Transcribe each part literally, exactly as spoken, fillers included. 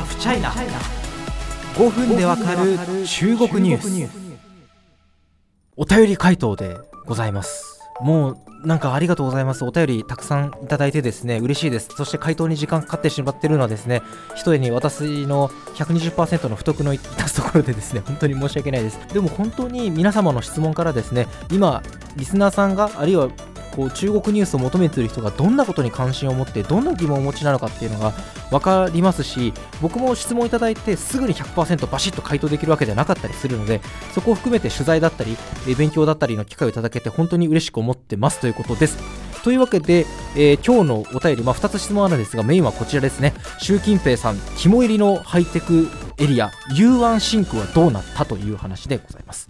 フチャイナ。ごふんでわかる中国ニュース。お便り回答でございます。もうなんかありがとうございます。お便りたくさんいただいてですね、嬉しいです。そして回答に時間かかってしまっているのはですね、一重に私の ひゃくにじゅっパーセント の不徳の致すところでですね、本当に申し訳ないです。でも本当に皆様の質問からですね、今リスナーさんがあるいはこう中国ニュースを求めている人がどんなことに関心を持ってどんな疑問をお持ちなのかっていうのが分かりますし、僕も質問いただいてすぐに ひゃくパーセント バシッと回答できるわけではなかったりするので、そこを含めて取材だったり勉強だったりの機会をいただけて本当に嬉しく思ってますということです。というわけで、えー、今日のお便り、まあ、ふたつ質問あるんですが、メインはこちらですね。習近平さん肝入りのハイテクエリア雄安新区はどうなったという話でございます。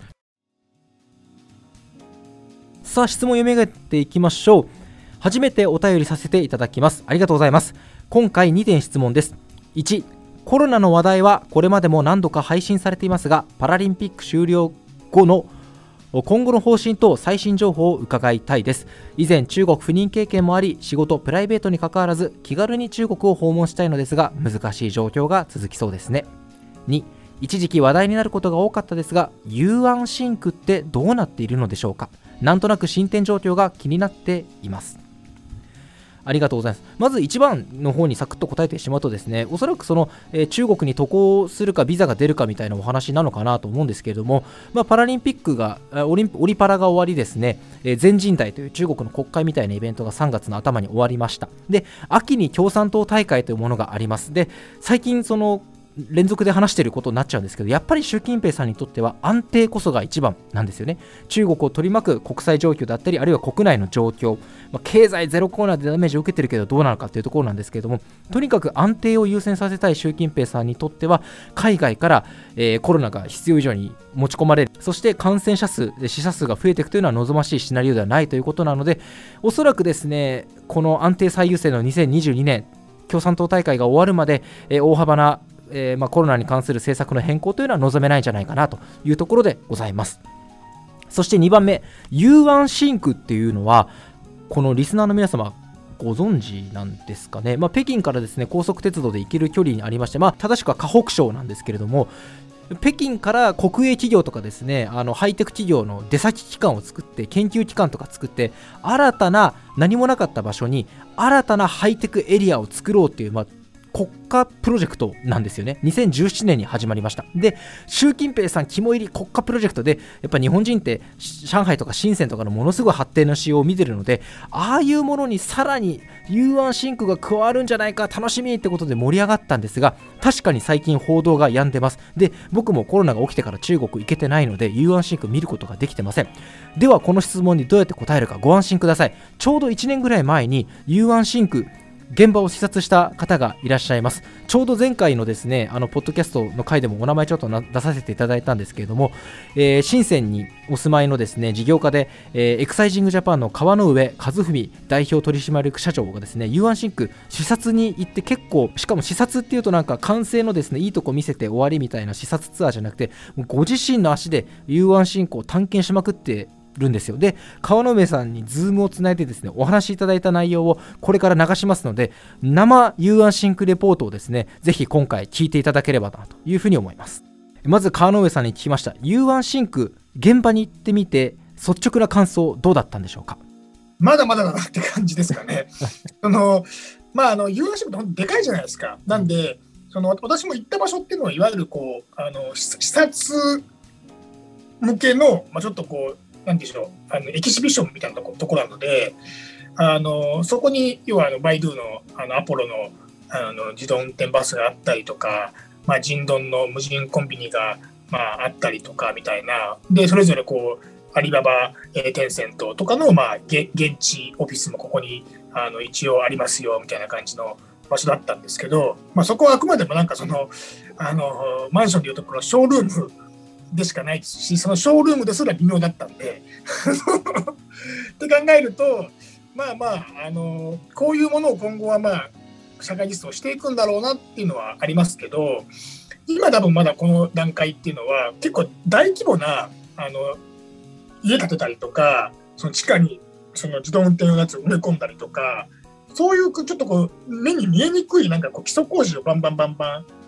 さあ質問を読み上げていきましょう。初めてお便りさせていただきます。ありがとうございます。今回にてん質問です。いち、コロナの話題はこれまでも何度か配信されていますが、パラリンピック終了後の今後の方針と最新情報を伺いたいです。以前中国赴任経験もあり、仕事プライベートに関わらず気軽に中国を訪問したいのですが、難しい状況が続きそうですね。に、一時期話題になることが多かったですが、雄安新区ってどうなっているのでしょうか。なんとなく進展状況が気になっています。ありがとうございます。まずいちばんの方にサクッと答えてしまうとですね、おそらくその、えー、中国に渡航するかビザが出るかみたいなお話なのかなと思うんですけれども、まあ、パラリンピックがオリンオリパラが終わりですね、えー、全人代という中国の国会みたいなイベントがさんがつの頭に終わりました。で、秋に共産党大会というものがあります。で、最近その連続で話していることになっちゃうんですけど、やっぱり習近平さんにとっては安定こそが一番なんですよね。中国を取り巻く国際状況だったり、あるいは国内の状況、まあ、経済ゼロコロナでダメージを受けてるけどどうなのかというところなんですけれども、とにかく安定を優先させたい習近平さんにとっては、海外から、えー、コロナが必要以上に持ち込まれる、そして感染者数、死者数が増えていくというのは望ましいシナリオではないということなので、おそらくですね、この安定最優先のにせんにじゅうにねん共産党大会が終わるまで、えー、大幅なえーまあ、コロナに関する政策の変更というのは望めないんじゃないかなというところでございます。そしてにばんめ、雄安新区っていうのは、このリスナーの皆様ご存知なんですかね。まあ、北京からですね高速鉄道で行ける距離にありまして、まあ、正しくは河北省なんですけれども、北京から国営企業とかですね、あのハイテク企業の出先機関を作って、研究機関とか作って、新たな何もなかった場所に新たなハイテクエリアを作ろうっていう、まあ国家プロジェクトなんですよね。にせんじゅうななねんに始まりました。で、習近平さん肝入り国家プロジェクトで、やっぱ日本人って上海とか深センとかのものすごい発展の仕様を見てるので、ああいうものにさらに雄安新区が加わるんじゃないか、楽しみってことで盛り上がったんですが、確かに最近報道が止んでます。で、僕もコロナが起きてから中国行けてないので、雄安新区見ることができてません。ではこの質問にどうやって答えるかご安心ください。ちょうどいちねんぐらい前に雄安新区現場を視察した方がいらっしゃいます。ちょうど前回のですね、あのポッドキャストの回でもお名前ちょっと出させていただいたんですけれども、えー、深センにお住まいのですね事業家で、えー、エクサイジングジャパンの川之上和文代表取締役社長がですね、雄安新区視察に行って、結構しかも視察っていうとなんか完成のですねいいとこ見せて終わりみたいな視察ツアーじゃなくて、ご自身の足で雄安新区を探検しまくってるんですよ。で、川之上さんにズームをつないでですねお話しいただいた内容をこれから流しますので、生雄安新区レポートをですねぜひ今回聞いていただければなというふうに思います。まず川之上さんに聞きました。雄安新区現場に行ってみて率直な感想どうだったんでしょうか。 まだまだだなって感じですかね。そのまああの雄安新区って本当でかいじゃないですか。なんでその私も行った場所っていうのはいわゆるこうあの視察向けの、まあ、ちょっとこうなんでしょう、あのエキシビションみたいなとこ、ところなので、あのそこに要はあのバイドゥの、あのアポロの、あの自動運転バスがあったりとか、まあ、ジンドンの無人コンビニが、まあ、あったりとかみたいな、でそれぞれこうアリババ、えー、テンセントとかの、まあ、現地オフィスもここにあの一応ありますよみたいな感じの場所だったんですけど、まあ、そこはあくまでもなんかそのあのマンションでいうところのショールームでしかないですし、そのショールームですら微妙だったんでって考えると、まあまあ、あのこういうものを今後はまあ社会実装していくんだろうなっていうのはありますけど、今多分まだこの段階っていうのは結構大規模なあの家建てたりとか、その地下にその自動運転のやつを埋め込んだりとか、そういうちょっとこう目に見えにくいなんかこう基礎工事をバンバンバンバン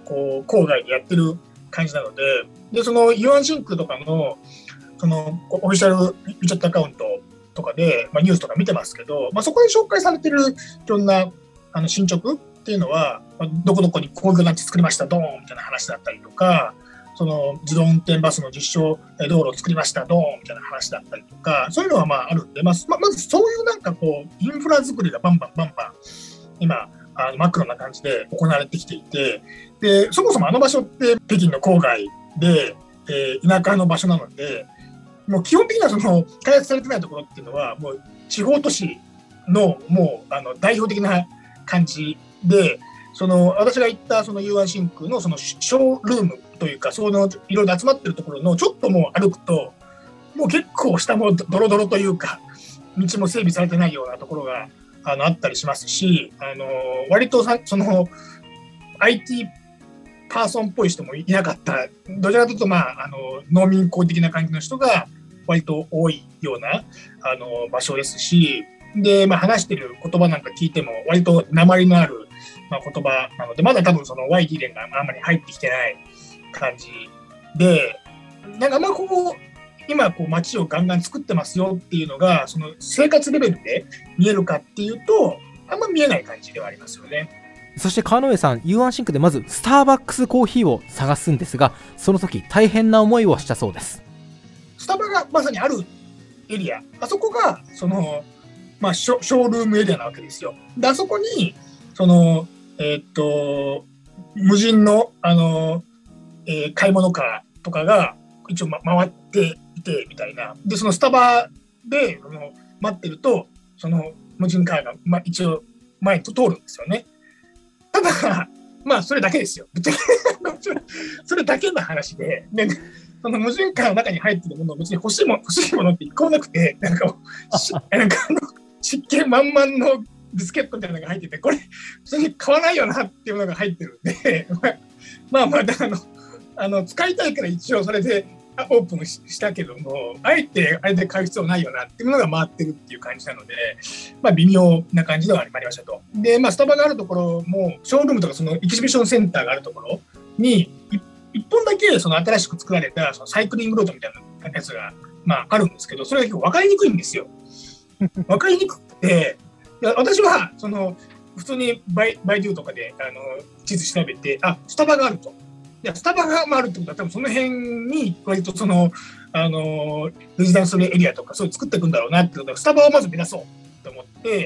こう郊外でやってる感じなので、でそのユアンシンクとかのそのオフィシャル WeChat アカウントとかで、まあ、ニュースとか見てますけど、まあ、そこで紹介されてるいろんなあの進捗っていうのは、まあ、どこどこにこういう団地作りましたドーンみたいな話だったりとか、その自動運転バスの実証道路を作りましたドーンみたいな話だったりとか、そういうのはまああるんで、まあ、まずそういうなんかこうインフラ作りがバンバンバンバン今あのマクロな感じで行われてきていて、でそもそもあの場所って北京の郊外で、えー、田舎の場所なので、もう基本的にはその開発されてないところっていうのはもう地方都市のもうあの代表的な感じで、その私が行ったそのユアンシンクのそのショールームというか、そのいろいろ集まってるところのちょっともう歩くともう結構下もドロドロというか道も整備されてないようなところがあのあったりしますし、あの割とさその アイティー パーソンっぽい人もいなかった、どちらかというと、まあ、あの農民工的な感じの人が割と多いようなあの場所ですし、で、まあ、話してる言葉なんか聞いても割と訛りのある、まあ、言葉なので、まだ多分その ワイディー 連があんまり入ってきてない感じで、なんかまあここ今こう街をガンガン作ってますよっていうのがその生活レベルで見えるかっていうとあんま見えない感じではありますよね。 そして川上さん、ユアンシンクでまずスターバックスコーヒーを探すんですが、その時大変な思いをしたそうです。 スタバがまさにあるエリア、あそこがその、まあ、ショ、ショールームエリアなわけですよ。であそこにその、えーっと無人の、あの、えー買い物カーとかが一応、ま、回っていてみたいな。でそのスタバでその待ってるとその無人カーが、ま、一応前と通るんですよね。ただまあそれだけですよ。それだけの話で、でその無人カーの中に入ってるものを別に欲しいもの欲しいものって一個もなくて、なんかなんかあの湿気満々のビスケットみたいなのが入ってて、これ普通に買わないよなっていうのが入ってるんで、まあまああのあの使いたいから一応それでオープンしたけども、あえてあれで買う必要ないよなっていうのが回ってるっていう感じなので、まあ微妙な感じではありましたと。で、まあスタバがあるところもショールームとかそのエキシビションセンターがあるところに一本だけその新しく作られたそのサイクリングロードみたいなやつがまああるんですけど、それが結構分かりにくいんですよ。分かりにくくて、私はその普通にバイバイデューとかであの地図調べて、あスタバがあると。いやスタバがあるってことは多分その辺に割とそのあのレジデンスエリアとかそういう作っていくんだろうなってことで、スタバをまず目指そうと思って、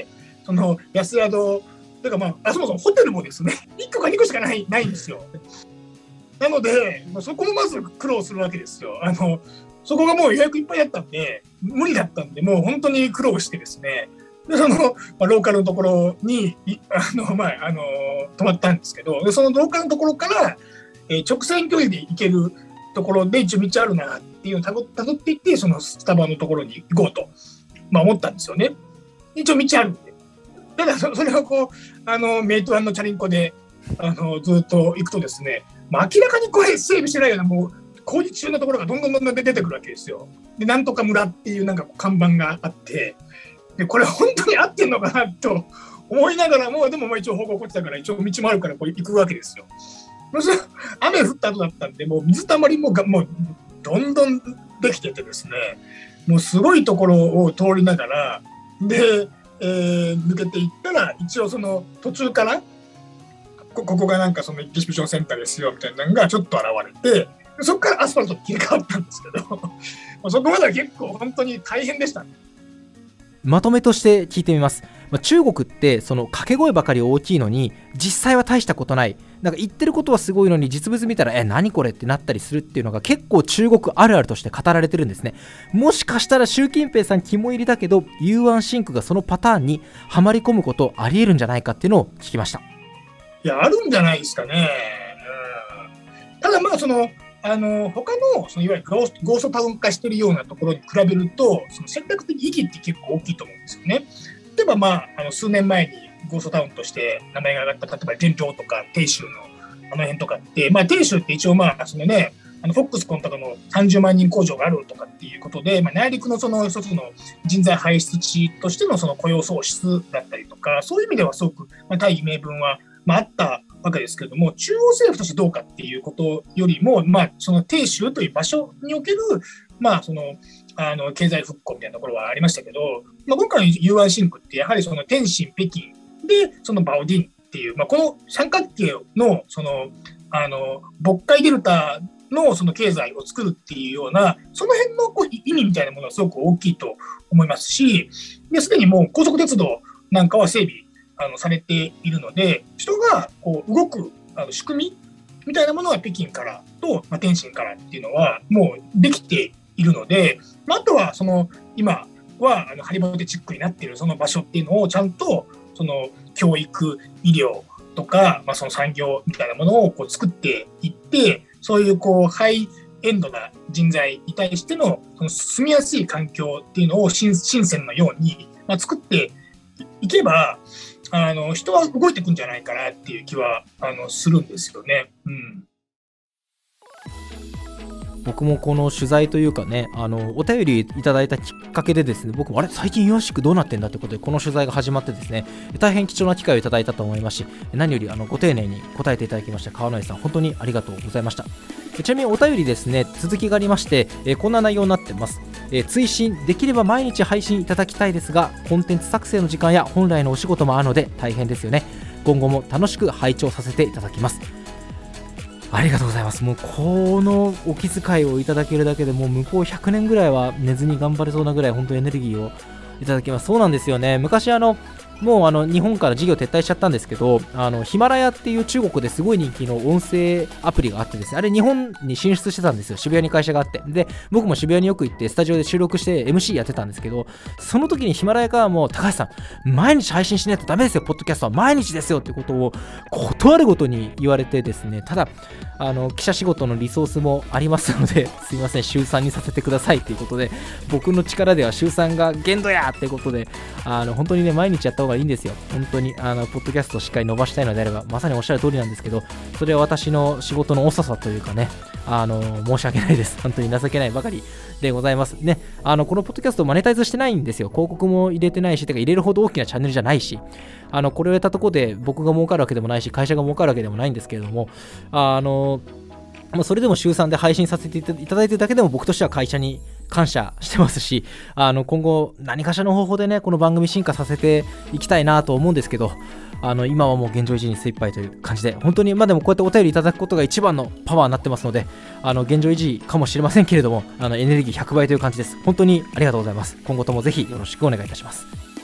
その安宿というか、まあ、あそもそもホテルもですねいっこかにこしかないないんですよ。なのでそこもまず苦労するわけですよ。あのそこがもう予約いっぱいだったんで無理だったんで、もう本当に苦労してですね、でその、まあ、ローカルのところにあの、まあ、あの泊まったんですけど、でそのローカルのところからえー、直線距離で行けるところで一応道あるなっていうのをたど、たどっていって、そのスタバのところに行こうと、まあ、思ったんですよね。一応道あるんで。ただそれをこうあのメイトワンのチャリンコであのずっと行くとですね、まあ、明らかにこれ整備してないようなもう工事中のところがどんどんどんどん出てくるわけですよ。でなんとか村っていうなんか看板があって、でこれ本当に合ってんのかなと思いながらも、でもまあ一応方向こっちだから一応道もあるからこう行くわけですよ。雨降った後だったんで、もう水たまりもがもうどんどんできててですね、もうすごいところを通りながらで、えー、抜けていったら一応その途中からここがなんかそのエキシビションセンターですよみたいなのがちょっと現れて、そこからアスファルトに切り替わったんですけどそこまでは結構本当に大変でしたね。 まとめとして聞いてみます。まあ、中国ってその掛け声ばかり大きいのに実際は大したことない、なんか言ってることはすごいのに実物見たらえ何これってなったりするっていうのが結構中国あるあるとして語られてるんですね。もしかしたら習近平さん肝入りだけどユーアンシンクがそのパターンにはまり込むことありえるんじゃないかっていうのを聞きました。 いやあるんじゃないですかね。うん、ただまあそのあの他の、そのいわゆるゴースト、ゴーストタウン化しているようなところに比べるとその選択的意義って結構大きいと思うんですよね。例えば、まあ、あの数年前にゴーストタウンとして名前が上がった例えば全城とか鄭州のあの辺とかって、まあ、鄭州って一応まあそのねあのフォックスコンとかのさんじゅうまんにん工場があるとかっていうことで、まあ、内陸のその一つの人材輩出地としてのその雇用創出だったりとか、そういう意味ではすごく、まあ、大義名分は、まあ、あったわけですけれども、中央政府としてどうかっていうことよりも、まあ、その鄭州という場所における、まあ、そのあの経済復興みたいなところはありましたけど、まあ、今回の雄安新区ってやはりその天津、北京でそのバオディンっていう、まあ、この三角形のそのあの渤海デルタのその経済を作るっていうような、その辺のこう意味みたいなものはすごく大きいと思いますし、ですでにもう高速鉄道なんかは整備あのされているので、人がこう動くあの仕組みみたいなものが北京からと、まあ、天津からっていうのはもうできているので、まあ、あとはその今はあのハリボテチックになっているその場所っていうのをちゃんとその教育、医療とか、まあ、その産業みたいなものをこう作っていって、そういうこうハイエンドな人材に対してのその住みやすい環境っていうのを深センのように、まあ、作っていけば、あの人は動いていくんじゃないかなっていう気はあのするんですよね。うん、 僕もこの取材というかね、あのお便りいただいたきっかけでですね、僕もあれ最近岩宿どうなってんだってことでこの取材が始まってですね、大変貴重な機会をいただいたと思いますし、何よりあのご丁寧に答えていただきました川内さん、本当にありがとうございました。ちなみにお便りですね、続きがありまして、えー、こんな内容になってます。えー、追伸できれば毎日配信いただきたいですが、コンテンツ作成の時間や本来のお仕事もあるので大変ですよね。今後も楽しく拝聴させていただきます。ありがとうございます。もうこのお気遣いをいただけるだけでもう向こうひゃくねんぐらいは寝ずに頑張れそうなぐらい本当にエネルギーをいただきます。そうなんですよね。昔あのもうあの日本から事業撤退しちゃったんですけど、あのヒマラヤっていう中国ですごい人気の音声アプリがあってですね、あれ日本に進出してたんですよ。渋谷に会社があって、で僕も渋谷によく行ってスタジオで収録して エムシー やってたんですけど、その時にヒマラヤからも高橋さん毎日配信しないとダメですよ、ポッドキャストは毎日ですよってことを断るごとに言われてですね、ただあの記者仕事のリソースもありますのですいません週さんにさせてくださいということで、僕の力では週さんが限度やってことで、あの本当にね毎日やった方がいいんですよ。本当にあのポッドキャストをしっかり伸ばしたいのであれば、まさにおっしゃる通りなんですけど、それは私の仕事の遅さというかね、あの申し訳ないです。本当に情けないばかりでございますね。あのこのポッドキャストマネタイズしてないんですよ。広告も入れてないし、てか入れるほど大きなチャンネルじゃないし、あのこれをやったところで僕が儲かるわけでもないし、会社が儲かるわけでもないんですけれども、あのまあ、それでも週さんで配信させていただいているだけでも僕としては会社に感謝してますし、あの今後何かしらの方法でねこの番組進化させていきたいなと思うんですけど、あの今はもう現状維持に精一杯という感じで、本当にまあでもこうやってお便りいただくことが一番のパワーになってますので、あの現状維持かもしれませんけれども、あのエネルギーひゃくばいという感じです。本当にありがとうございます。今後ともぜひよろしくお願いいたします。